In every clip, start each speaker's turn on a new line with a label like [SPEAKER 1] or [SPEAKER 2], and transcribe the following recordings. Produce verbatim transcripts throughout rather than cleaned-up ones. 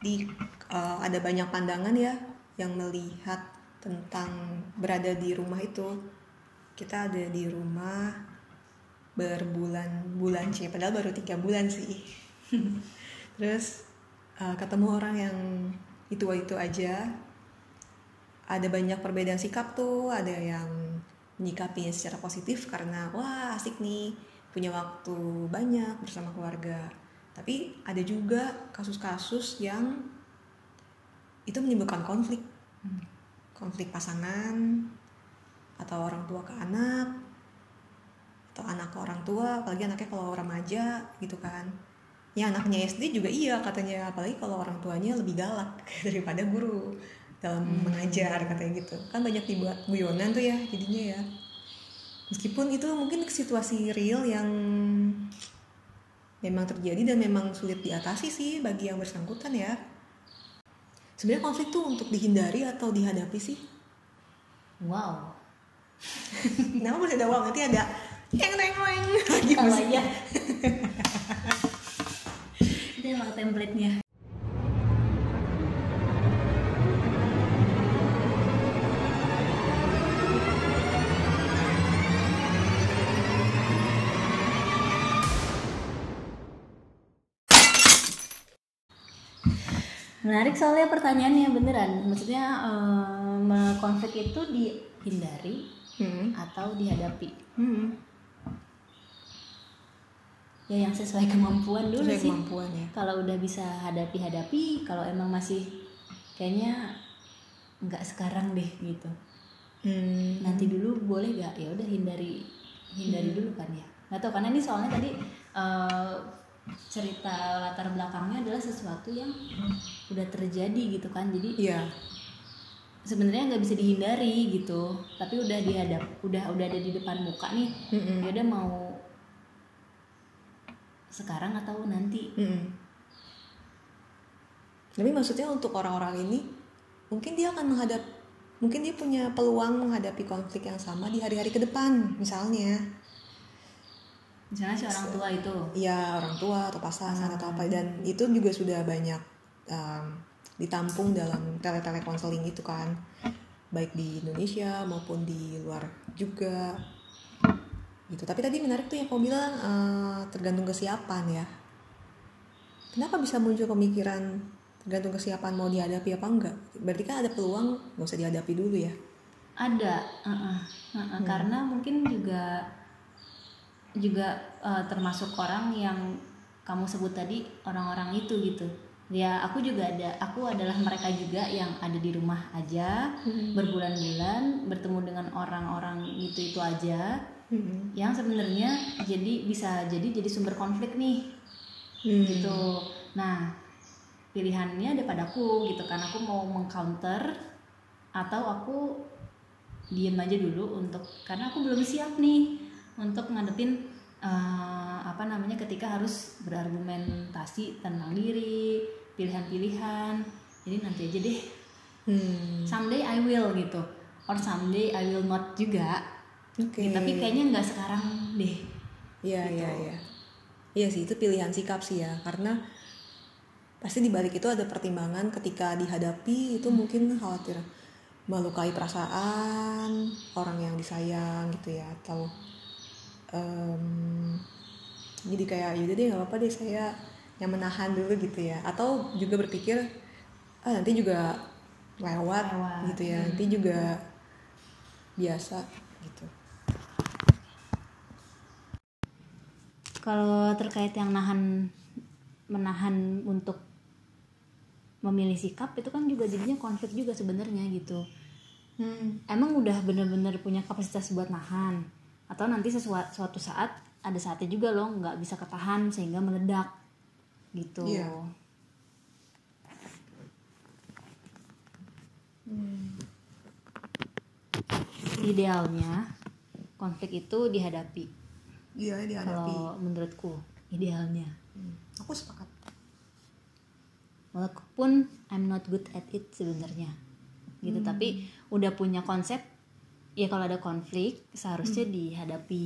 [SPEAKER 1] Jadi uh, ada banyak pandangan ya yang melihat tentang berada di rumah itu. Kita ada di rumah berbulan-bulan sih, padahal baru tiga bulan sih. Terus uh, ketemu orang yang itu-itu aja. Ada banyak perbedaan sikap tuh, ada yang menyikapinya secara positif karena wah asik nih, punya waktu banyak bersama keluarga. Tapi ada juga kasus-kasus yang itu menimbulkan konflik, hmm. konflik pasangan, atau orang tua ke anak, atau anak ke orang tua, apalagi anaknya kalau remaja gitu kan. Ya anaknya S D juga iya katanya, apalagi kalau orang tuanya lebih galak daripada guru dalam hmm. mengajar katanya gitu. Kan banyak dibuat guyonan tuh ya jadinya ya. Meskipun itu mungkin situasi real yang memang terjadi dan memang sulit diatasi sih bagi yang bersangkutan ya. Sebenarnya konflik tuh untuk dihindari atau dihadapi sih?
[SPEAKER 2] Wow.
[SPEAKER 1] Kenapa masih ada wow? Nanti ada yang neng-neng lagi
[SPEAKER 2] musiknya. Itu emang template-nya. Menarik soalnya pertanyaannya beneran. Maksudnya um, konflik itu dihindari hmm. atau dihadapi? Hmm. Ya yang sesuai kemampuan dulu sesuai sih.
[SPEAKER 1] Kemampuan, ya.
[SPEAKER 2] Kalau udah bisa hadapi-hadapi, kalau emang masih kayaknya nggak sekarang deh gitu. Hmm. Nanti dulu boleh gak? Ya udah hindari hindari hmm. dulu kan ya. Nggak tahu karena ini soalnya tadi uh, cerita latar belakangnya adalah sesuatu yang udah terjadi gitu kan, jadi
[SPEAKER 1] yeah.
[SPEAKER 2] sebenarnya nggak bisa dihindari gitu, tapi udah dihadap, udah udah ada di depan muka nih, mm-hmm. ya udah mau sekarang atau nanti.
[SPEAKER 1] Mm-hmm. Tapi maksudnya untuk orang-orang ini mungkin dia akan menghadap, mungkin dia punya peluang menghadapi konflik yang sama di hari-hari ke depan misalnya.
[SPEAKER 2] Misalnya si orang tua itu.
[SPEAKER 1] Iya, orang tua atau pasangan, pasangan atau apa, dan itu juga sudah banyak um, ditampung dalam tele-tele konseling itu kan, baik di Indonesia maupun di luar juga gitu. Tapi tadi menarik tuh yang kau bilang uh, tergantung kesiapan ya. Kenapa bisa muncul pemikiran tergantung kesiapan mau dihadapi apa enggak? Berarti kan ada peluang nggak usah dihadapi dulu ya?
[SPEAKER 2] Ada, uh-uh. Uh-uh. Hmm. Karena mungkin juga juga uh, termasuk orang yang kamu sebut tadi, orang-orang itu gitu. Ya aku juga ada, aku adalah mereka juga yang ada di rumah aja, hmm. berbulan-bulan bertemu dengan orang-orang itu itu aja, hmm. yang sebenarnya jadi bisa jadi jadi sumber konflik nih, hmm. gitu. Nah pilihannya ada padaku gitu kan, aku mau mengcounter atau aku diem aja dulu untuk karena aku belum siap nih untuk ngadepin uh, apa namanya ketika harus berargumentasi tentang diri, pilihan-pilihan. Jadi nanti aja deh. Hmm. Someday I will gitu. Or someday I will not juga.
[SPEAKER 1] Okay.
[SPEAKER 2] Gitu, tapi kayaknya nggak sekarang deh.
[SPEAKER 1] Iya,
[SPEAKER 2] gitu.
[SPEAKER 1] iya, iya. Iya sih, itu pilihan sikap sih ya. Karena pasti di balik itu ada pertimbangan ketika dihadapi itu hmm. mungkin khawatir melukai perasaan orang yang disayang gitu ya, atau Um, jadi kayak yaudah deh nggak apa-apa deh saya yang menahan dulu gitu ya, atau juga berpikir ah nanti juga lewat, lewat. gitu ya, hmm. nanti juga biasa gitu.
[SPEAKER 2] Kalau terkait yang nahan menahan untuk memilih sikap itu kan juga jadinya konflik juga sebenarnya gitu. Hmm. Emang udah bener-bener punya kapasitas buat nahan, atau nanti sesuatu suatu saat ada saatnya juga loh nggak bisa ketahan sehingga meledak gitu.
[SPEAKER 1] Iya. Hmm.
[SPEAKER 2] Idealnya konflik itu dihadapi.
[SPEAKER 1] Iya dihadapi.
[SPEAKER 2] Kalau menurutku idealnya.
[SPEAKER 1] Hmm. Aku sepakat.
[SPEAKER 2] Walaupun I'm not good at it sebenarnya, gitu. Hmm. Tapi udah punya konsep. Ya kalau ada konflik seharusnya hmm. dihadapi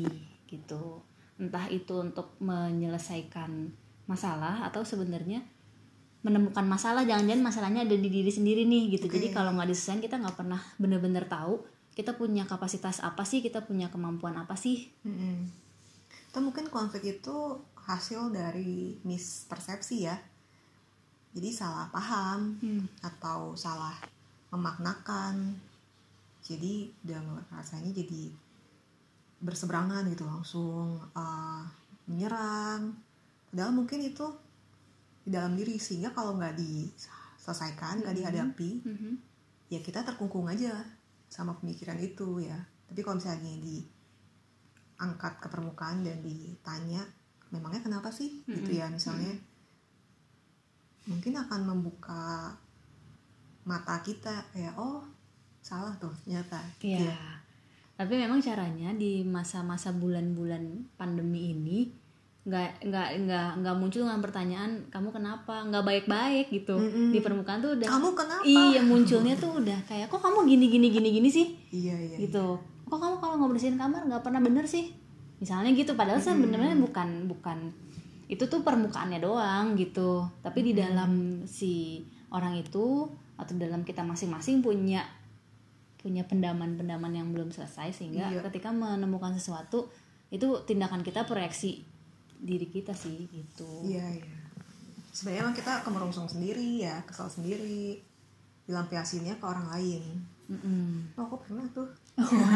[SPEAKER 2] gitu. Entah itu untuk menyelesaikan masalah atau sebenarnya menemukan masalah, jangan-jangan masalahnya ada di diri sendiri nih gitu.
[SPEAKER 1] Okay.
[SPEAKER 2] Jadi kalau nggak diselesain kita nggak pernah bener-bener tahu kita punya kapasitas apa sih, kita punya kemampuan apa sih.
[SPEAKER 1] Mm-hmm. Atau mungkin konflik itu hasil dari mispersepsi ya, jadi salah paham hmm. atau salah memaknakan, jadi udah rasanya jadi berseberangan gitu, langsung uh, menyerang, padahal mungkin itu di dalam diri, sehingga kalau nggak diselesaikan, nggak mm-hmm. dihadapi, mm-hmm. ya kita terkungkung aja sama pemikiran itu ya. Tapi kalau misalnya diangkat ke permukaan dan ditanya memangnya kenapa sih, mm-hmm. gitu ya misalnya, mm-hmm. mungkin akan membuka mata kita ya, oh salah tuh ternyata.
[SPEAKER 2] Iya. Ya. Tapi memang caranya di masa-masa bulan-bulan pandemi ini nggak nggak nggak nggak muncul dengan pertanyaan kamu kenapa, nggak baik-baik gitu. Mm-mm. Di permukaan tuh udah
[SPEAKER 1] kamu kenapa,
[SPEAKER 2] iya munculnya tuh udah kayak kok kamu gini gini gini gini sih,
[SPEAKER 1] iya, iya,
[SPEAKER 2] gitu. Kok kamu kalau nggak bersihin kamar nggak pernah bener sih, misalnya gitu. Padahal mm-hmm. sebenarnya bukan bukan itu tuh permukaannya doang gitu, tapi mm-hmm. di dalam si orang itu atau dalam kita masing-masing punya punya pendaman-pendaman yang belum selesai, sehingga iya. ketika menemukan sesuatu itu tindakan kita proyeksi diri kita sih gitu.
[SPEAKER 1] Iya iya. Sebenarnya emang kita kemerungsung sendiri ya, kesal sendiri, dilampiasinnya ke orang lain. Mm-mm. Oh, aku pernah tuh. Oh,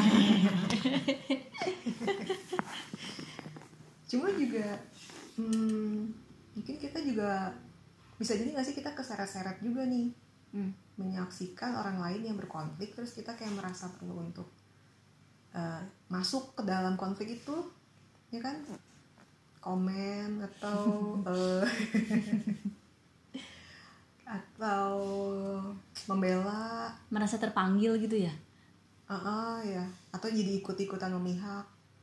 [SPEAKER 1] cuma juga hmm, mungkin kita juga bisa jadi nggak sih kita keseret-seret juga nih. Hmm. Menyaksikan orang lain yang berkonflik, terus kita kayak merasa perlu untuk uh, masuk ke dalam konflik itu, ya kan, komen atau uh, atau membela,
[SPEAKER 2] merasa terpanggil gitu ya,
[SPEAKER 1] uh-uh, ya, atau jadi ikut-ikutan memihak,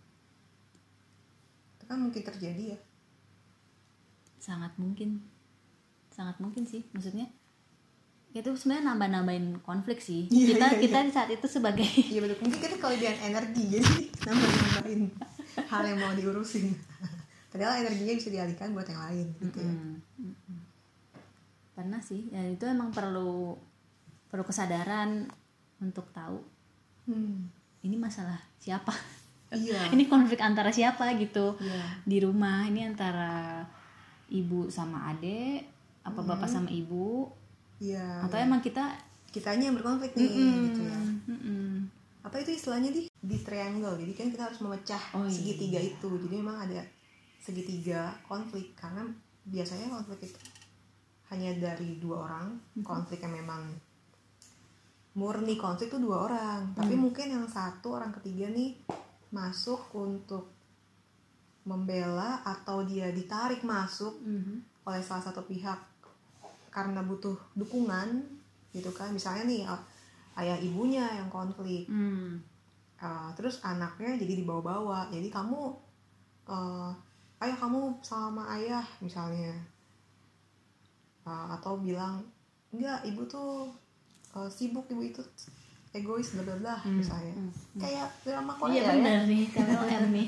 [SPEAKER 1] itu kan mungkin terjadi ya,
[SPEAKER 2] sangat mungkin, sangat mungkin sih, maksudnya itu sebenarnya nambah-nambahin konflik sih. Iya, kita iya, kita iya. Di saat itu sebagai
[SPEAKER 1] iya betul, mungkin kita kelebihan energi jadi nambah-nambahin hal yang mau diurusin, padahal energinya bisa dialihkan buat yang lain gitu ya.
[SPEAKER 2] Mm-hmm. Pernah sih, ya itu emang perlu perlu kesadaran untuk tahu hmm. ini masalah siapa, iya. ini konflik antara siapa gitu, iya. Di rumah ini antara ibu sama adik, apa hmm. bapak sama ibu.
[SPEAKER 1] Iya,
[SPEAKER 2] atau
[SPEAKER 1] ya.
[SPEAKER 2] Emang kita
[SPEAKER 1] kitanya yang berkonflik nih, mm-mm, gitu ya.
[SPEAKER 2] Mm-mm.
[SPEAKER 1] Apa itu istilahnya di di triangle, jadi kan kita harus memecah oh, segitiga iya. itu, jadi memang ada segitiga konflik, karena biasanya konflik itu hanya dari dua orang, mm-hmm. konflik yang memang murni konflik itu dua orang, mm. tapi mungkin yang satu orang ketiga nih masuk untuk membela atau dia ditarik masuk mm-hmm. oleh salah satu pihak karena butuh dukungan gitu kan, misalnya nih ayah ibunya yang konflik, hmm. uh, terus anaknya jadi dibawa-bawa, jadi kamu uh, ayo kamu sama ayah misalnya, uh, atau bilang enggak ibu tuh uh, sibuk, ibu itu egois bla bla bla hmm. misalnya, hmm. kayak drama Korea.
[SPEAKER 2] Iya benar ya? Nih K L M nih.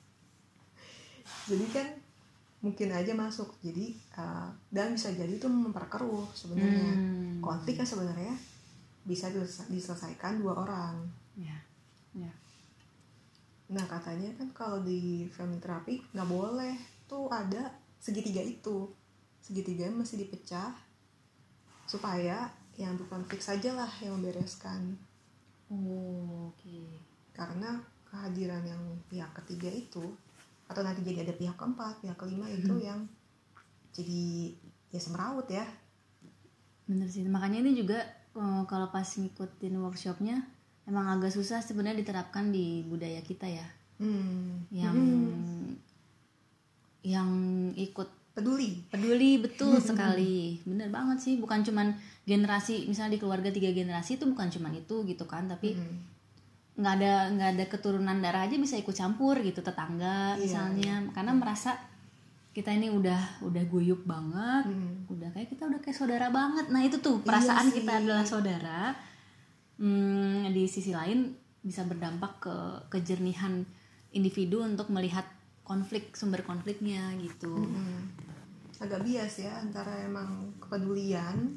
[SPEAKER 1] Jadi kan mungkin aja masuk, jadi uh, dan bisa jadi itu memperkeruh sebenarnya hmm. konflik kan sebenarnya bisa diselesaikan dua orang.
[SPEAKER 2] Ya. Ya.
[SPEAKER 1] Nah katanya kan kalau di family therapy nggak boleh tuh ada segitiga itu, segitiga mesti dipecah supaya yang berkonflik sajalah yang membereskan.
[SPEAKER 2] Oh, oke. Okay.
[SPEAKER 1] Karena kehadiran yang pihak ketiga itu, atau nanti jadi ada pihak keempat, pihak kelima hmm. itu yang jadi ya semrawut ya.
[SPEAKER 2] Bener sih, makanya ini juga uh, kalau pas ngikutin workshopnya emang agak susah sebenarnya diterapkan di budaya kita ya. Hmm. Yang hmm. yang ikut
[SPEAKER 1] peduli,
[SPEAKER 2] peduli betul sekali, bener banget sih. Bukan cuman generasi, misalnya di keluarga tiga generasi itu bukan cuman itu gitu kan, tapi hmm. nggak ada nggak ada keturunan darah aja bisa ikut campur gitu, tetangga iya, misalnya iya. Karena merasa kita ini udah udah guyup banget, hmm. udah kayak kita udah kayak saudara banget. Nah itu tuh perasaan iya kita adalah saudara. Hmm, di sisi lain bisa berdampak ke kejernihan individu untuk melihat konflik, sumber konfliknya gitu.
[SPEAKER 1] Hmm. agak bias ya antara emang kepedulian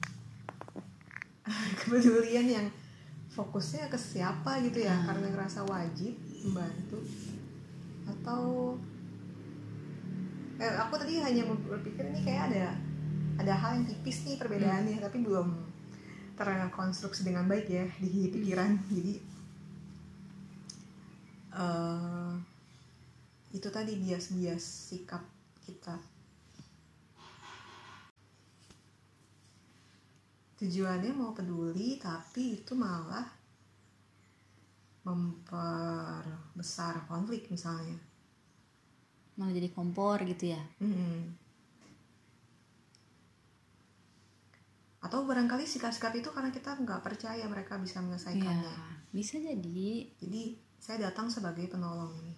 [SPEAKER 1] kepedulian yang fokusnya ke siapa gitu ya, hmm. karena ngerasa wajib membantu, atau eh, aku tadi hanya berpikir ini kayak ada ada hal yang tipis nih perbedaannya, hmm. tapi belum terkonstruksi dengan baik ya di pikiran. hmm. Jadi uh, itu tadi bias-bias sikap kita. Tujuannya mau peduli, tapi itu malah memperbesar konflik misalnya.
[SPEAKER 2] Malah jadi kompor gitu ya.
[SPEAKER 1] Mm-hmm. Atau barangkali sikap-sikap itu karena kita nggak percaya mereka bisa menyelesaikannya.
[SPEAKER 2] Ya, bisa jadi.
[SPEAKER 1] Jadi saya datang sebagai penolong nih.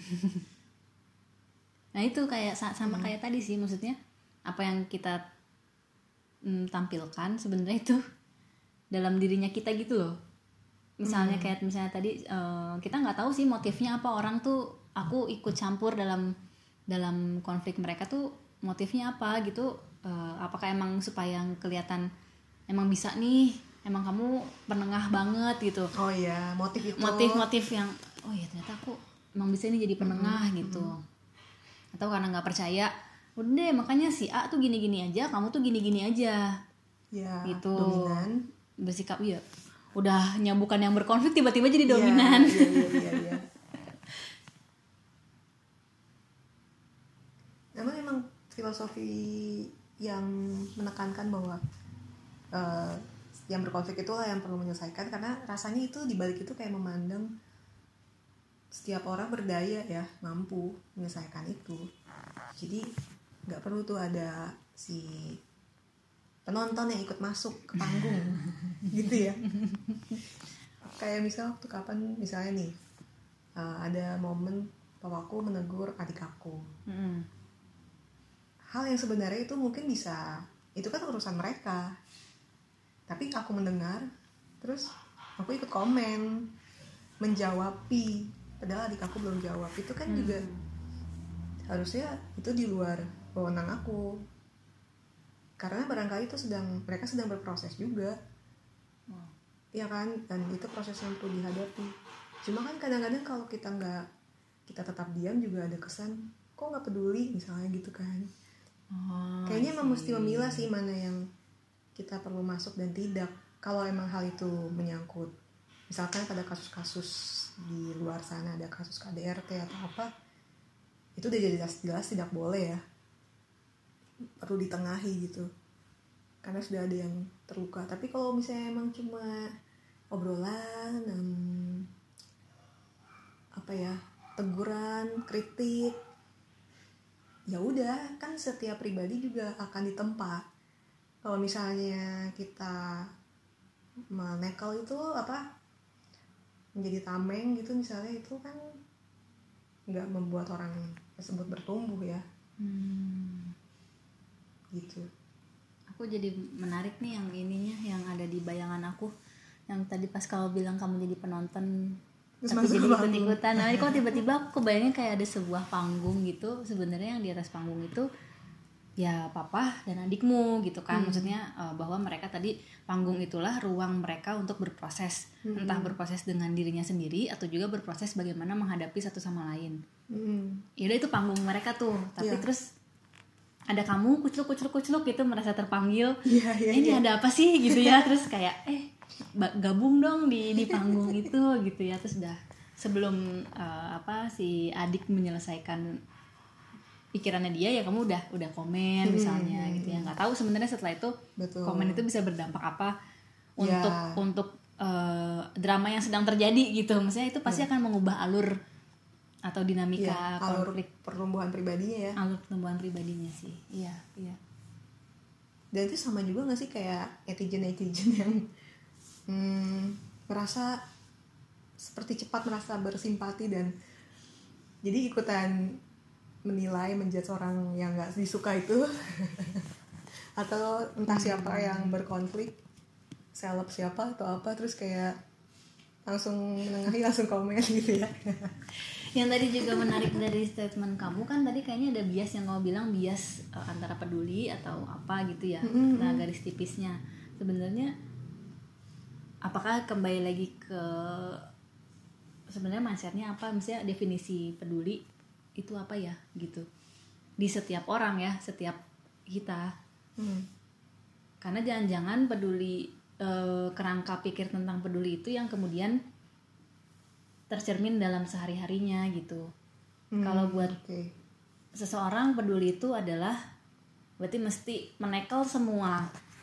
[SPEAKER 2] Nah itu kayak sama hmm. kayak tadi sih, maksudnya apa yang kita mm, tampilkan sebenarnya itu dalam dirinya kita gitu loh. Misalnya hmm. kayak misalnya tadi uh, kita nggak tahu sih motifnya apa, orang tuh aku ikut campur dalam dalam konflik mereka tuh motifnya apa gitu. Uh, apakah emang supaya kelihatan emang bisa nih, emang kamu penengah banget gitu.
[SPEAKER 1] Oh iya, motif itu.
[SPEAKER 2] Motif-motif yang oh iya ternyata aku emang bisa nih jadi penengah mm-hmm. gitu. Atau karena nggak percaya, udah deh makanya si A tuh gini-gini aja, kamu tuh gini-gini aja.
[SPEAKER 1] Ya,
[SPEAKER 2] gitu.
[SPEAKER 1] Dominan.
[SPEAKER 2] Bersikap iya. Udah bukan yang berkonflik tiba-tiba jadi dominan.
[SPEAKER 1] Iya, iya, iya, iya. Namun emang filosofi yang menekankan bahwa uh, yang berkonflik itulah yang perlu menyelesaikan, karena rasanya itu dibalik itu kayak memandang setiap orang berdaya ya, mampu menyelesaikan itu. Jadi nggak perlu tuh ada si penonton yang ikut masuk ke panggung gitu ya. Kayak misal waktu kapan misalnya nih uh, ada momen papaku menegur adik aku. Mm-hmm. Hal yang sebenarnya itu mungkin bisa, itu kan urusan mereka, tapi aku mendengar terus aku ikut komen menjawabi, padahal adik aku belum jawab. Itu kan hmm. juga harusnya itu di luar wewenang aku, karena barangkali itu sedang mereka sedang berproses juga, hmm. ya kan, dan itu proses yang perlu dihadapi. Cuma kan kadang-kadang kalau kita nggak, kita tetap diam juga ada kesan kok nggak peduli misalnya gitu kan. Oh, kayaknya emang mesti memilah sih mana yang kita perlu masuk dan tidak. Kalau emang hal itu menyangkut, misalkan pada kasus-kasus di luar sana ada kasus K D R T atau apa, itu udah jelas-jelas tidak boleh ya, perlu ditengahi gitu, karena sudah ada yang terluka. Tapi kalau misalnya emang cuma obrolan, um, apa ya, teguran, kritik, ya udah, kan setiap pribadi juga akan ditempa. Kalau misalnya kita menekel itu apa, menjadi tameng gitu misalnya, itu kan nggak membuat orang tersebut bertumbuh ya. hmm. Gitu.
[SPEAKER 2] Aku jadi menarik nih yang ininya, yang ada di bayangan aku, yang tadi pas kau bilang kamu jadi penonton terus tapi jadi ikut-ikutan. Nah, kok tiba-tiba aku kebayangnya kayak ada sebuah panggung gitu. Sebenarnya yang di atas panggung itu ya papa dan adikmu gitu kan. Hmm. Maksudnya uh, bahwa mereka tadi, panggung itulah ruang mereka untuk berproses. Hmm. Entah berproses dengan dirinya sendiri atau juga berproses bagaimana menghadapi satu sama lain. Hmm. Ya udah, itu panggung mereka tuh. Tapi yeah. terus ada kamu kucluk-kucluk-kucluk gitu, merasa terpanggil. Yeah, yeah, ini yeah. ada apa sih gitu ya. Terus kayak eh gabung dong di di panggung itu gitu ya. Terus udah sebelum uh, apa si adik menyelesaikan pikirannya dia, ya kamu udah udah komen misalnya hmm. gitu ya. Nggak tahu sebenarnya setelah itu betul. Komen itu bisa berdampak apa untuk ya. untuk uh, drama yang sedang terjadi gitu. Maksudnya itu pasti ya. akan mengubah alur atau dinamika ya,
[SPEAKER 1] alur
[SPEAKER 2] konflik
[SPEAKER 1] pertumbuhan pribadinya ya.
[SPEAKER 2] Alur pertumbuhan pribadinya sih. Iya, iya.
[SPEAKER 1] Dan itu sama juga nggak sih kayak netizen-netizen yang Hmm, merasa seperti cepat merasa bersimpati dan jadi ikutan menilai, menjudge orang yang nggak disuka itu atau entah siapa yang berkonflik, seleb siapa atau apa, terus kayak langsung menengahi, langsung komen gitu ya.
[SPEAKER 2] Yang tadi juga menarik dari statement kamu kan tadi kayaknya ada bias yang kamu bilang bias uh, antara peduli atau apa gitu ya. Mm-hmm. Nah garis tipisnya sebenarnya apakah kembali lagi ke sebenarnya mindsetnya apa, misalnya definisi peduli itu apa ya gitu di setiap orang ya, setiap kita. Mm. Karena jangan-jangan peduli uh, kerangka pikir tentang peduli itu yang kemudian tercermin dalam sehari-harinya gitu. Hmm, kalau buat okay. seseorang peduli itu adalah berarti mesti menekel semua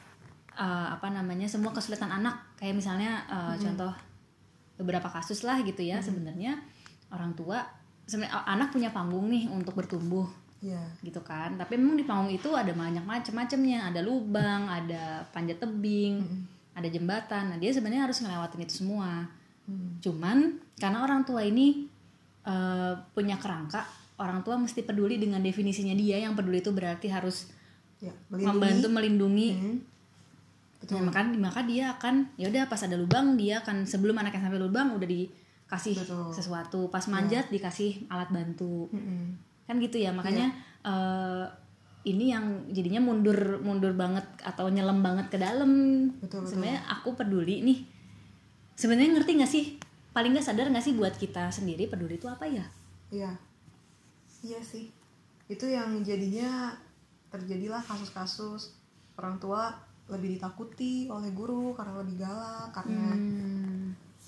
[SPEAKER 2] uh, apa namanya semua kesulitan anak, kayak misalnya uh, hmm. contoh beberapa kasus lah gitu ya. Hmm. Sebenarnya orang tua sebenarnya anak punya panggung nih untuk bertumbuh, yeah. gitu kan. Tapi memang di panggung itu ada banyak macam-macamnya, ada lubang, ada panjat tebing, hmm. ada jembatan. Nah dia sebenarnya harus ngelewatin itu semua. Hmm. Cuman karena orang tua ini uh, punya kerangka, orang tua mesti peduli dengan definisinya dia. Yang peduli itu berarti harus ya, melindungi. membantu melindungi. Hmm. Betul. Nah, maka maka dia akan ya udah pas ada lubang dia akan sebelum anaknya sampai lubang udah dikasih Betul. sesuatu. Pas manjat ya. dikasih alat bantu. Hmm. Kan gitu ya. Makanya ya. Uh, ini yang jadinya mundur mundur banget atau nyelam banget ke dalam. Sebenarnya aku peduli nih. Sebenarnya ngerti nggak sih, paling nggak sadar nggak sih buat kita sendiri peduli itu apa ya?
[SPEAKER 1] Iya, iya sih. Itu yang jadinya terjadilah kasus-kasus orang tua lebih ditakuti oleh guru karena lebih galak, karena hmm.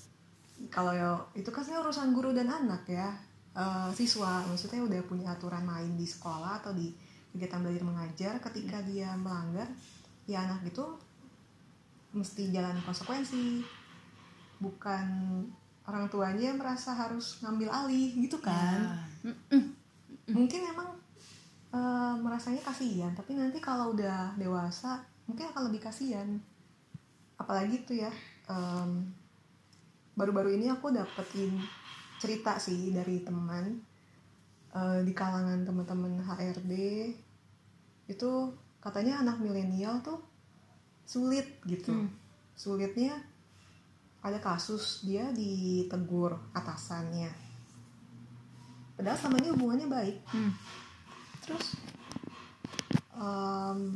[SPEAKER 1] kalau ya itu kan sebenarnya urusan guru dan anak ya, uh, siswa maksudnya udah punya aturan main di sekolah atau di kegiatan belajar mengajar. Ketika dia melanggar, ya anak itu mesti jalan konsekuensi. Bukan orang tuanya merasa harus ngambil alih gitu kan. Ya. Mungkin emang uh, merasanya kasihan, tapi nanti kalau udah dewasa mungkin akan lebih kasihan. Apalagi tuh ya um, baru-baru ini aku dapetin cerita sih dari teman uh, di kalangan teman-teman H R D itu katanya anak milenial tuh sulit gitu. hmm. Sulitnya ada kasus dia ditegur atasannya, padahal selama ini hubungannya baik. hmm. Terus um,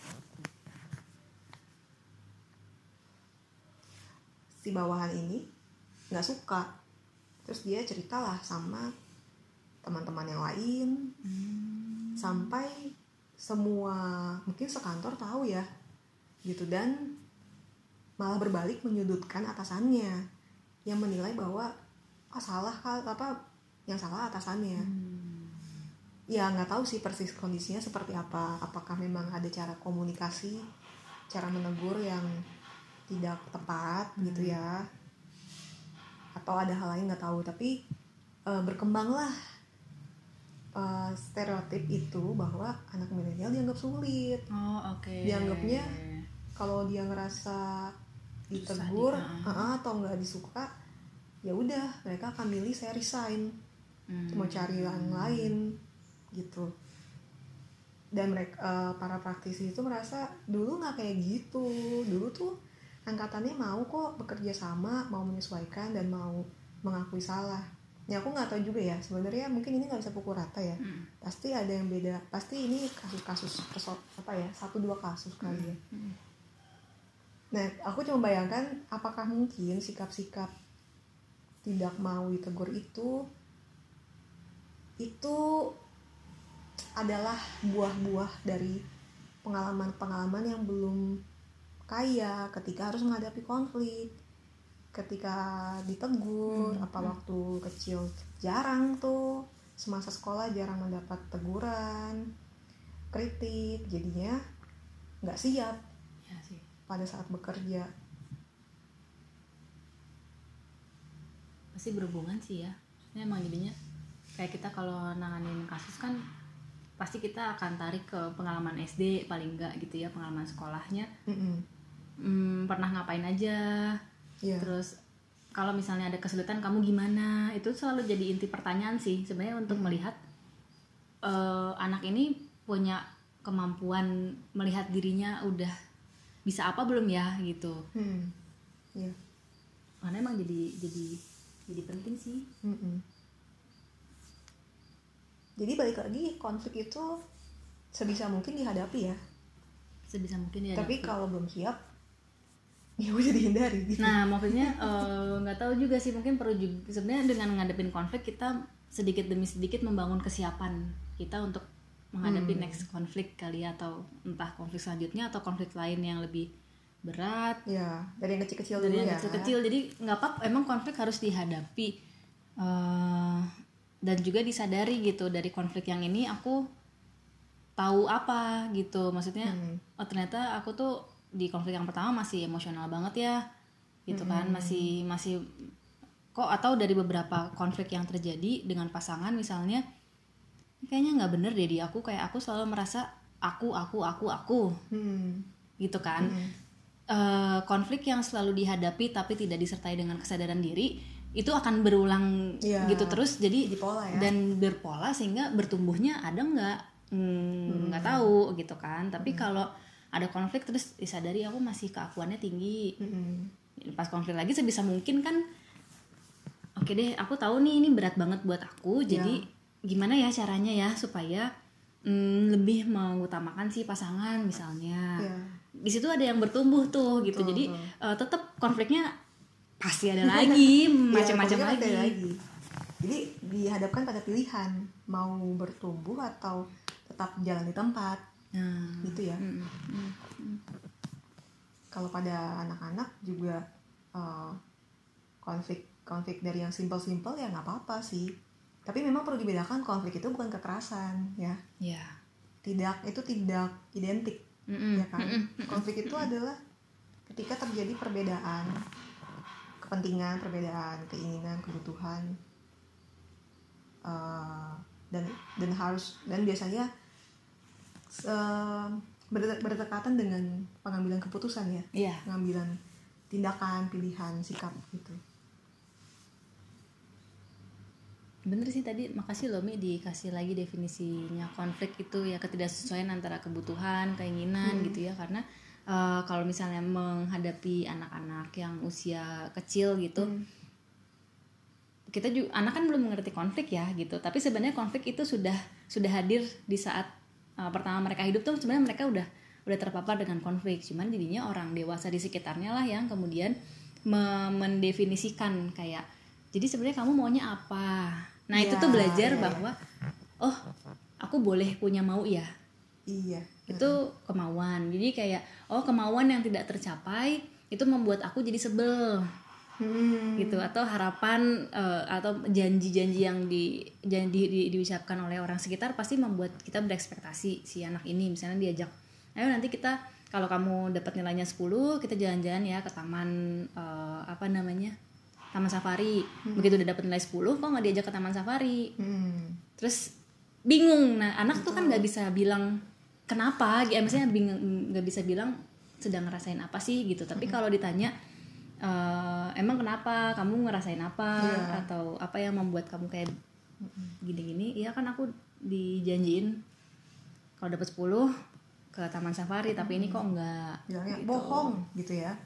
[SPEAKER 1] si bawahan ini nggak suka, terus dia ceritalah sama teman-teman yang lain. hmm. Sampai semua mungkin sekantor tahu ya gitu, dan malah berbalik menyudutkan atasannya yang menilai bahwa ah, salah apa yang salah atasannya. hmm. Ya nggak tahu sih persis kondisinya seperti apa, apakah memang ada cara komunikasi, cara menegur yang tidak tepat hmm. gitu ya, atau ada hal lain nggak tahu. Tapi uh, berkembanglah uh, stereotip itu bahwa anak milenial dianggap sulit.
[SPEAKER 2] oh, okay.
[SPEAKER 1] Dianggapnya kalau dia ngerasa ditegur uh, atau nggak disuka, ya udah mereka akan milih saya resign, hmm. mau cari yang lain gitu. Dan mereka uh, para praktisi itu merasa dulu nggak kayak gitu, dulu tuh angkatannya mau kok bekerja sama, mau menyesuaikan dan mau mengakui salah. Ya aku nggak tahu juga ya sebenarnya, mungkin ini nggak bisa pukul rata ya. hmm. Pasti ada yang beda, pasti ini kasus-kasus apa ya, satu dua kasus kali ya. hmm. Nah, aku cuma bayangkan apakah mungkin sikap-sikap tidak mau ditegur itu itu adalah buah-buah dari pengalaman-pengalaman yang belum kaya ketika harus menghadapi konflik, ketika ditegur, hmm, apa hmm. waktu kecil jarang tuh, semasa sekolah jarang mendapat teguran, kritik, jadinya nggak siap
[SPEAKER 2] ya sih
[SPEAKER 1] pada saat bekerja.
[SPEAKER 2] Pasti berhubungan sih ya, ini emang jadinya kayak kita kalau nanganin kasus kan pasti kita akan tarik ke pengalaman S D paling enggak gitu ya, pengalaman sekolahnya. hmm, pernah ngapain aja, yeah. Terus kalau misalnya ada kesulitan kamu gimana, itu selalu jadi inti pertanyaan sih sebenarnya untuk mm. melihat uh, anak ini punya kemampuan melihat dirinya udah bisa apa belum ya gitu.
[SPEAKER 1] mm. yeah.
[SPEAKER 2] Karena emang jadi jadi jadi penting sih.
[SPEAKER 1] Mm-mm. Jadi balik lagi, konflik itu sebisa mungkin dihadapi ya.
[SPEAKER 2] Sebisa mungkin dihadapi.
[SPEAKER 1] Tapi kalau belum siap, ya udah dihindari. Gitu.
[SPEAKER 2] Nah, maksudnya nggak uh, tahu juga sih, mungkin perlu juga sebenarnya dengan ngadepin konflik kita sedikit demi sedikit membangun kesiapan kita untuk menghadapi hmm. next konflik kali ya, atau entah konflik selanjutnya atau konflik lain yang lebih berat.
[SPEAKER 1] Ya, dari yang kecil-kecil
[SPEAKER 2] dari
[SPEAKER 1] dulu
[SPEAKER 2] yang
[SPEAKER 1] ya.
[SPEAKER 2] kecil-kecil. Jadi nggak apa-apa, emang konflik harus dihadapi uh, dan juga disadari gitu, dari konflik yang ini aku tahu apa gitu. Maksudnya hmm. oh ternyata aku tuh di konflik yang pertama masih emosional banget ya gitu kan, hmm. masih masih kok, atau dari beberapa konflik yang terjadi dengan pasangan misalnya, kayaknya nggak bener deh di aku, kayak aku selalu merasa aku aku aku aku hmm. gitu kan. hmm. uh, konflik yang selalu dihadapi tapi tidak disertai dengan kesadaran diri itu akan berulang ya, gitu terus, jadi
[SPEAKER 1] pola, ya.
[SPEAKER 2] Dan berpola sehingga bertumbuhnya ada nggak nggak hmm. tahu gitu kan. Tapi hmm. kalau ada konflik terus disadari aku masih keakuannya tinggi, hmm. pas konflik lagi sebisa mungkin kan, oke okay deh aku tahu nih ini berat banget buat aku, jadi ya. Gimana ya caranya ya supaya mm, lebih mengutamakan si pasangan misalnya, ya. Di situ ada yang bertumbuh tuh gitu. Betul, jadi uh, tetap konfliknya pasti ada lagi, macam-macam ya, lagi. lagi.
[SPEAKER 1] Jadi dihadapkan pada pilihan mau bertumbuh atau tetap jalan di tempat. Nah, gitu ya. Mm, mm, mm. Kalau pada anak-anak juga uh, konflik konflik dari yang simpel-simpel ya nggak apa-apa sih. Tapi memang perlu dibedakan, konflik itu bukan kekerasan ya.
[SPEAKER 2] Yeah.
[SPEAKER 1] Tidak, itu tidak identik, mm-mm. ya kan. Mm-mm. Konflik itu adalah ketika terjadi perbedaan kepentingan, perbedaan keinginan, kebutuhan, uh, dan dan harus dan biasanya Uh, berdekatan dengan pengambilan keputusan ya,
[SPEAKER 2] yeah.
[SPEAKER 1] pengambilan tindakan, pilihan, sikap gitu.
[SPEAKER 2] Bener sih tadi, makasih loh Mi dikasih lagi definisinya konflik itu ya, ketidaksesuaian antara kebutuhan, keinginan hmm. gitu ya. Karena uh, kalau misalnya menghadapi anak-anak yang usia kecil gitu, hmm. kita juga anak kan belum mengerti konflik ya gitu. Tapi sebenarnya konflik itu sudah sudah hadir di saat Uh, pertama mereka hidup tuh sebenarnya mereka udah udah terpapar dengan konflik, cuman jadinya orang dewasa di sekitarnya lah yang kemudian me- mendefinisikan kayak, jadi sebenarnya kamu maunya apa. Nah ya, itu tuh belajar ya, bahwa oh aku boleh punya mau ya,
[SPEAKER 1] iya
[SPEAKER 2] itu kemauan. Jadi kayak oh kemauan yang tidak tercapai itu membuat aku jadi sebel. Hmm. gitu, atau harapan uh, atau janji-janji yang di janji di, diucapkan oleh orang sekitar pasti membuat kita berekspektasi si anak ini, misalnya diajak, ayo nanti kita kalau kamu dapat nilainya sepuluh kita jalan-jalan ya ke taman uh, apa namanya taman safari. hmm. Begitu udah dapat nilai sepuluh kok nggak diajak ke taman safari, hmm. terus bingung. Nah anak Betul. tuh kan nggak bisa bilang kenapa, ya maksudnya bingung, nggak bisa bilang sedang ngerasain apa sih gitu. Tapi hmm. kalau ditanya Uh, emang kenapa, kamu ngerasain apa, yeah. atau apa yang membuat kamu kayak gini-gini, iya kan aku dijanjiin kalau dapat sepuluh ke taman safari, hmm. tapi ini kok enggak,
[SPEAKER 1] bilangnya gitu. Bohong gitu ya.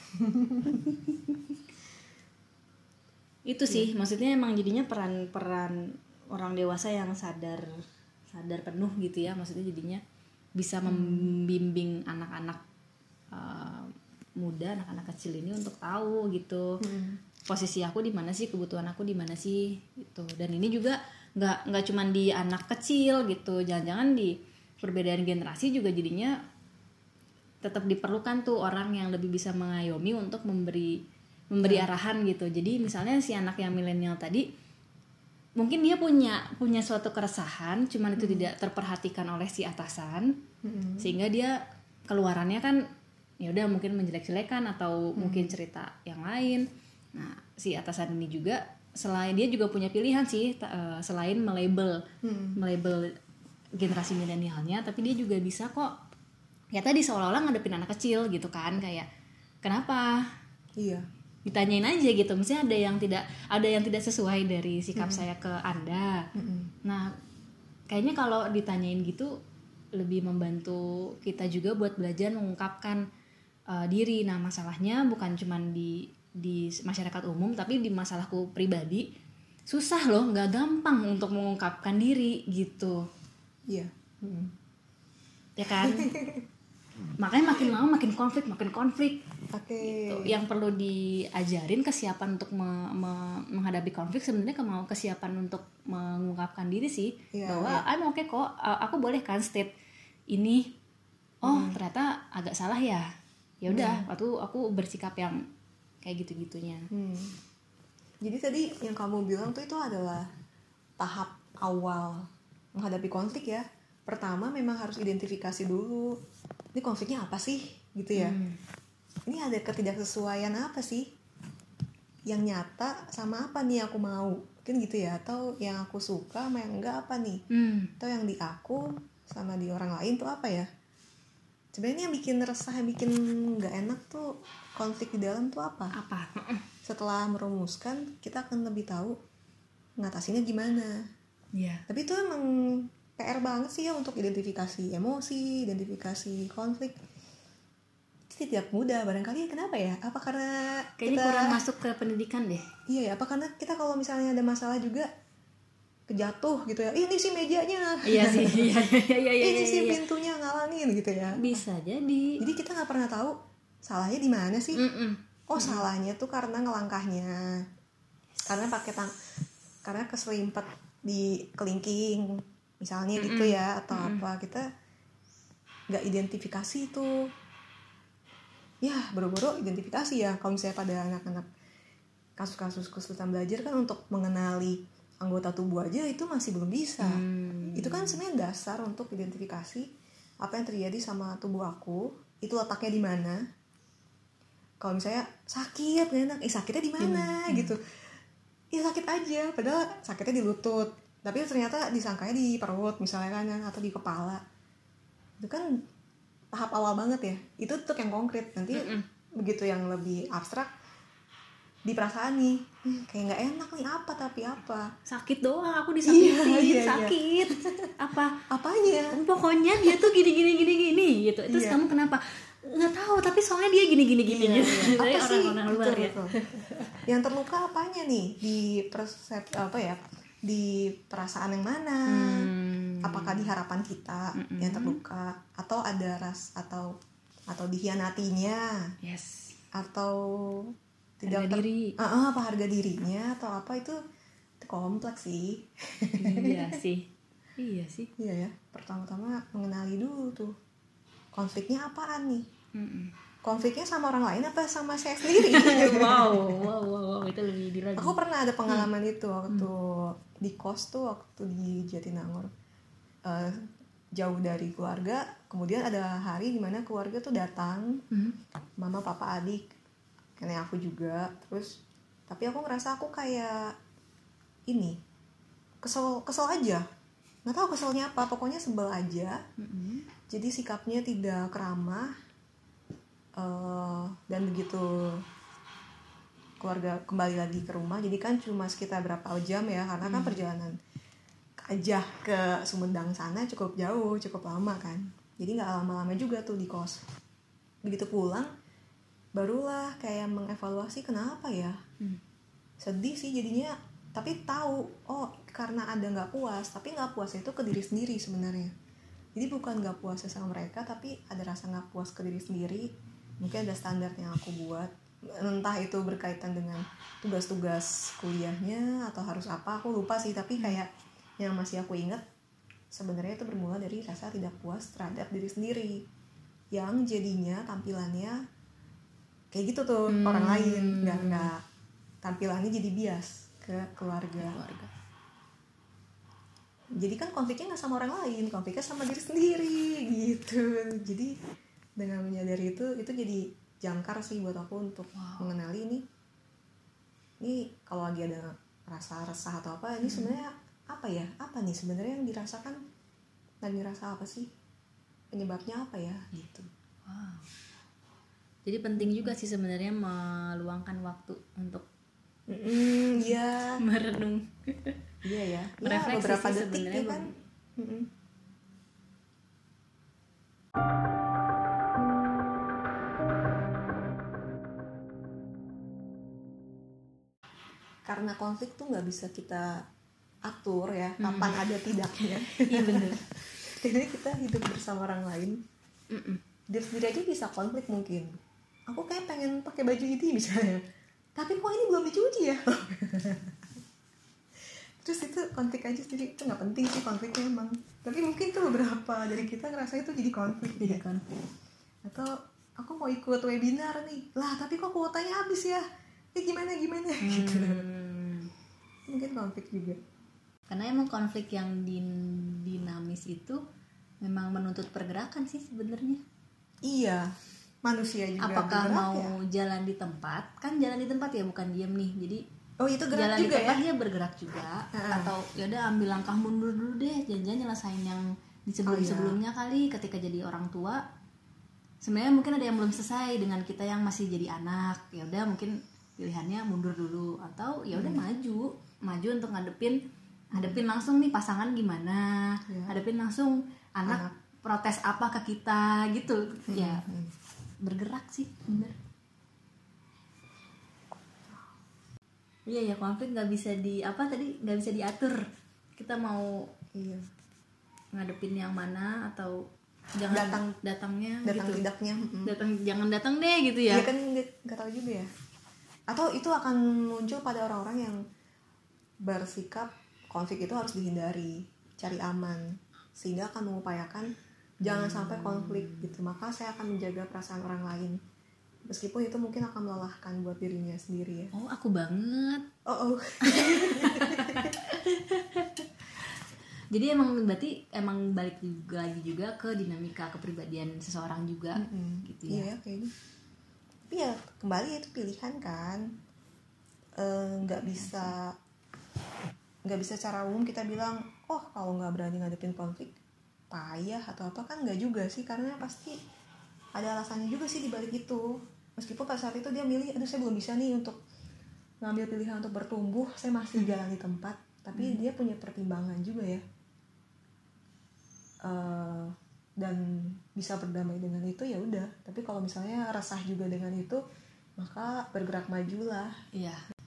[SPEAKER 2] Itu sih yeah. maksudnya emang jadinya peran-peran orang dewasa yang sadar sadar penuh gitu ya, maksudnya jadinya bisa membimbing hmm. anak-anak uh, muda, anak-anak kecil ini untuk tahu gitu, hmm. posisi aku di mana sih, kebutuhan aku di mana sih gitu. Dan ini juga nggak nggak cuman di anak kecil gitu, jangan-jangan di perbedaan generasi juga jadinya tetap diperlukan tuh orang yang lebih bisa mengayomi untuk memberi memberi hmm. arahan gitu. Jadi misalnya si anak yang milenial tadi mungkin dia punya punya suatu keresahan, cuman itu hmm. tidak terperhatikan oleh si atasan, hmm. sehingga dia keluarannya kan ya udah mungkin menjelek-jelekan atau hmm. mungkin cerita yang lain. Nah si atasan ini juga selain dia juga punya pilihan sih, uh, selain melabel hmm. melabel generasi milenialnya, tapi dia juga bisa kok ya tadi seolah-olah ngadepin anak kecil gitu kan, kayak kenapa?
[SPEAKER 1] Iya.
[SPEAKER 2] Ditanyain aja gitu, misalnya ada yang tidak ada yang tidak sesuai dari sikap hmm. saya ke Anda. Hmm. Nah kayaknya kalau ditanyain gitu lebih membantu kita juga buat belajar mengungkapkan Uh, diri. Nah masalahnya bukan cuma di di masyarakat umum, tapi di masalahku pribadi. susah loh, nggak gampang untuk mengungkapkan diri gitu.
[SPEAKER 1] Iya. Hmm.
[SPEAKER 2] Ya kan? Makanya makin lama makin konflik, makin konflik.
[SPEAKER 1] Oke.
[SPEAKER 2] Gitu. Yang perlu diajarin kesiapan untuk me- me- menghadapi konflik sebenarnya kemau kesiapan untuk mengungkapkan diri sih.
[SPEAKER 1] Iya,
[SPEAKER 2] Bahwa
[SPEAKER 1] iya.
[SPEAKER 2] I'm okay kok, aku boleh kan state ini. Oh, hmm. ternyata agak salah ya. Ya udah, hmm. waktu aku bersikap yang kayak gitu-gitunya.
[SPEAKER 1] Hmm. Jadi tadi yang kamu bilang tuh itu adalah tahap awal menghadapi konflik ya. Pertama memang harus identifikasi dulu. Ini konfliknya apa sih gitu ya. Hmm. Ini ada ketidaksesuaian apa sih yang nyata sama apa nih aku mau. Mungkin gitu ya. Atau yang aku suka sama yang enggak apa nih. Hmm. Atau yang di aku sama di orang lain tuh apa ya. Sebenarnya yang bikin resah, yang bikin nggak enak tuh konflik di dalam tuh apa?
[SPEAKER 2] Apa?
[SPEAKER 1] Setelah merumuskan, kita akan lebih tahu ngatasinnya gimana.
[SPEAKER 2] Iya. Yeah.
[SPEAKER 1] Tapi itu emang P R banget sih ya untuk identifikasi emosi, identifikasi konflik. Itu tidak mudah barangkali. Kenapa ya? Apa karena
[SPEAKER 2] kayaknya
[SPEAKER 1] kita
[SPEAKER 2] kurang masuk ke pendidikan deh?
[SPEAKER 1] Iya ya. Apa karena kita kalau misalnya ada masalah juga kejatuh gitu ya, ini sih mejanya,
[SPEAKER 2] iya sih, iya, iya, iya,
[SPEAKER 1] ini
[SPEAKER 2] iya,
[SPEAKER 1] sih
[SPEAKER 2] iya.
[SPEAKER 1] pintunya ngalangin gitu ya.
[SPEAKER 2] Bisa jadi.
[SPEAKER 1] Jadi kita nggak pernah tahu salahnya di mana sih. Mm-mm. Oh Mm-mm. salahnya tuh karena ngelangkahnya, karena pakai tang, karena keselimpet di kelingking, misalnya Mm-mm. gitu ya, atau Mm-mm. apa kita nggak identifikasi itu. Ya boro-boro identifikasi ya. Kalau misalnya pada anak-anak kasus-kasus kesulitan belajar kan untuk mengenali anggota tubuh aja itu masih belum bisa. Hmm. Itu kan sebenarnya dasar untuk identifikasi apa yang terjadi sama tubuh aku, itu letaknya di mana. Kalau misalnya sakit, gak enak, eh sakitnya di mana hmm. gitu. Ya sakit aja, padahal sakitnya di lutut, tapi ternyata disangkanya di perut misalnya kan, atau di kepala. Itu kan tahap awal banget ya. Itu untuk yang konkret. Nanti Mm-mm. begitu yang lebih abstrak di perasaan nih, hmm, kayak nggak enak nih apa tapi apa
[SPEAKER 2] sakit doang aku disakitin
[SPEAKER 1] iya, iya,
[SPEAKER 2] sakit
[SPEAKER 1] iya.
[SPEAKER 2] apa
[SPEAKER 1] apanya
[SPEAKER 2] pokoknya dia tuh gini gini gini gini gitu terus iya. Kamu kenapa nggak tahu tapi soalnya dia gini gini gini
[SPEAKER 1] iya,
[SPEAKER 2] gitu
[SPEAKER 1] iya. Apa
[SPEAKER 2] dari
[SPEAKER 1] sih
[SPEAKER 2] orang-orang luar
[SPEAKER 1] betul,
[SPEAKER 2] ya
[SPEAKER 1] betul. Yang terluka apanya nih di persep apa ya di perasaan yang mana hmm. apakah di harapan kita Mm-mm. yang terluka atau ada ras atau atau dikhianatinya
[SPEAKER 2] yes
[SPEAKER 1] atau
[SPEAKER 2] tidak harga ter- diri
[SPEAKER 1] uh, uh, apa harga dirinya atau apa itu, itu kompleks sih.
[SPEAKER 2] Iya sih iya sih
[SPEAKER 1] iya ya. Pertama-tama mengenali dulu tuh konfliknya apaan nih. Mm-mm. Konfliknya sama orang lain apa sama saya sendiri.
[SPEAKER 2] wow, wow wow wow itu lebih di lagi.
[SPEAKER 1] Aku pernah ada pengalaman hmm. itu waktu hmm. di kos tuh waktu di Jatinangor, uh, jauh dari keluarga. Kemudian ada hari dimana keluarga tuh datang, hmm. mama papa adik, karena aku juga. Terus tapi aku ngerasa aku kayak ini kesel kesel aja, nggak tahu keselnya apa, pokoknya sebel aja. Mm-hmm. Jadi sikapnya tidak ramah, uh, dan begitu keluarga kembali lagi ke rumah, jadi kan cuma sekitar berapa jam ya, karena kan mm. perjalanan aja ke Sumedang sana cukup jauh, cukup lama kan, jadi nggak lama-lama juga tuh di kos. Begitu pulang barulah kayak mengevaluasi kenapa ya, hmm. sedih sih jadinya, tapi tahu oh karena ada nggak puas, tapi nggak puas itu ke diri sendiri sebenarnya. Jadi bukan nggak puas sama mereka, tapi ada rasa nggak puas ke diri sendiri. Mungkin ada standar yang aku buat, entah itu berkaitan dengan tugas-tugas kuliahnya atau harus apa, aku lupa sih. Tapi kayak yang masih aku ingat sebenarnya itu bermula dari rasa tidak puas terhadap diri sendiri, yang jadinya tampilannya kayak gitu tuh, hmm. orang lain, nggak nggak tampilannya jadi bias ke keluarga. keluarga. Jadi kan konfliknya nggak sama orang lain, konfliknya sama diri sendiri gitu. Jadi dengan menyadari itu, itu jadi jangkar sih buat aku untuk wow. mengenali ini. Ini kalau lagi ada rasa resah atau apa, ini hmm. sebenarnya apa ya? Apa nih sebenarnya yang dirasakan? Lagi rasa apa sih? Penyebabnya apa ya? Gitu.
[SPEAKER 2] Wow. Jadi penting juga sih sebenarnya meluangkan waktu untuk
[SPEAKER 1] mm, ya.
[SPEAKER 2] merenung.
[SPEAKER 1] Iya ya.
[SPEAKER 2] Merefleksi
[SPEAKER 1] ya, beberapa
[SPEAKER 2] sih
[SPEAKER 1] detik ya kan. karena konflik tuh nggak bisa kita atur ya, kapan hmm. ada tidaknya.
[SPEAKER 2] Iya benar.
[SPEAKER 1] Jadi kita hidup bersama orang lain,
[SPEAKER 2] Mm-mm.
[SPEAKER 1] diri sendiri aja bisa konflik mungkin. Aku kayak pengen pakai baju ini misalnya, tapi kok ini belum dicuci ya. Terus itu konflik aja, jadi itu nggak penting sih konfliknya emang. Tapi mungkin tuh beberapa dari kita ngerasa itu jadi konflik.
[SPEAKER 2] Jadi
[SPEAKER 1] ya.
[SPEAKER 2] konflik.
[SPEAKER 1] Atau aku mau ikut webinar nih, lah tapi kok kuotanya habis ya, ya gimana gimana hmm. gitu. Mungkin konflik juga.
[SPEAKER 2] Karena emang konflik yang din- dinamis itu memang menuntut pergerakan sih sebenarnya.
[SPEAKER 1] Iya, manusia juga.
[SPEAKER 2] Apakah mau
[SPEAKER 1] ya?
[SPEAKER 2] Jalan di tempat? Kan jalan di tempat ya, bukan diam nih. Jadi
[SPEAKER 1] oh itu gerak
[SPEAKER 2] jalan
[SPEAKER 1] juga
[SPEAKER 2] di tempat
[SPEAKER 1] ya?
[SPEAKER 2] dia bergerak juga.
[SPEAKER 1] Ha-ha.
[SPEAKER 2] Atau yaudah ambil langkah mundur dulu deh, jangan-jangan nyelesain yang di sebelum-sebelumnya oh, iya. kali ketika jadi orang tua. Sebenarnya mungkin ada yang belum selesai dengan kita yang masih jadi anak. Ya udah mungkin pilihannya mundur dulu atau ya udah hmm. maju, maju untuk ngadepin hadapin langsung nih pasangan gimana, ya. hadapin langsung anak, anak protes apa ke kita gitu, hmm. ya hmm. bergerak sih, bener. Iya ya, konflik nggak bisa di apa tadi nggak bisa diatur. Kita mau
[SPEAKER 1] iya.
[SPEAKER 2] ngadepin yang mana atau jangan
[SPEAKER 1] datang
[SPEAKER 2] datangnya,
[SPEAKER 1] datang
[SPEAKER 2] gitu.
[SPEAKER 1] tidaknya, hmm.
[SPEAKER 2] datang jangan datang deh gitu ya.
[SPEAKER 1] Iya kan nggak tahu juga ya. Atau itu akan muncul pada orang-orang yang bersikap konflik itu harus dihindari, cari aman, sehingga akan mengupayakan jangan sampai konflik gitu. Maka saya akan menjaga perasaan orang lain, meskipun itu mungkin akan melelahkan buat dirinya sendiri ya.
[SPEAKER 2] Oh aku banget.
[SPEAKER 1] Oh, oh.
[SPEAKER 2] Jadi emang berarti emang balik juga lagi juga ke dinamika kepribadian seseorang juga, mm-hmm. gitu ya.
[SPEAKER 1] Iya kayaknya. Tapi ya kembali itu pilihan kan, nggak e, bisa nggak bisa secara umum kita bilang oh kalau nggak berani ngadepin konflik payah atau apa, kan nggak juga sih, karena pasti ada alasannya juga sih di balik itu. Meskipun pada saat itu dia milih aduh saya belum bisa nih untuk ngambil pilihan untuk bertumbuh, saya masih jalan di tempat, tapi hmm. dia punya pertimbangan juga ya, uh, dan bisa berdamai dengan itu ya udah. Tapi kalau misalnya resah juga dengan itu, maka bergerak majulah.
[SPEAKER 2] Iya.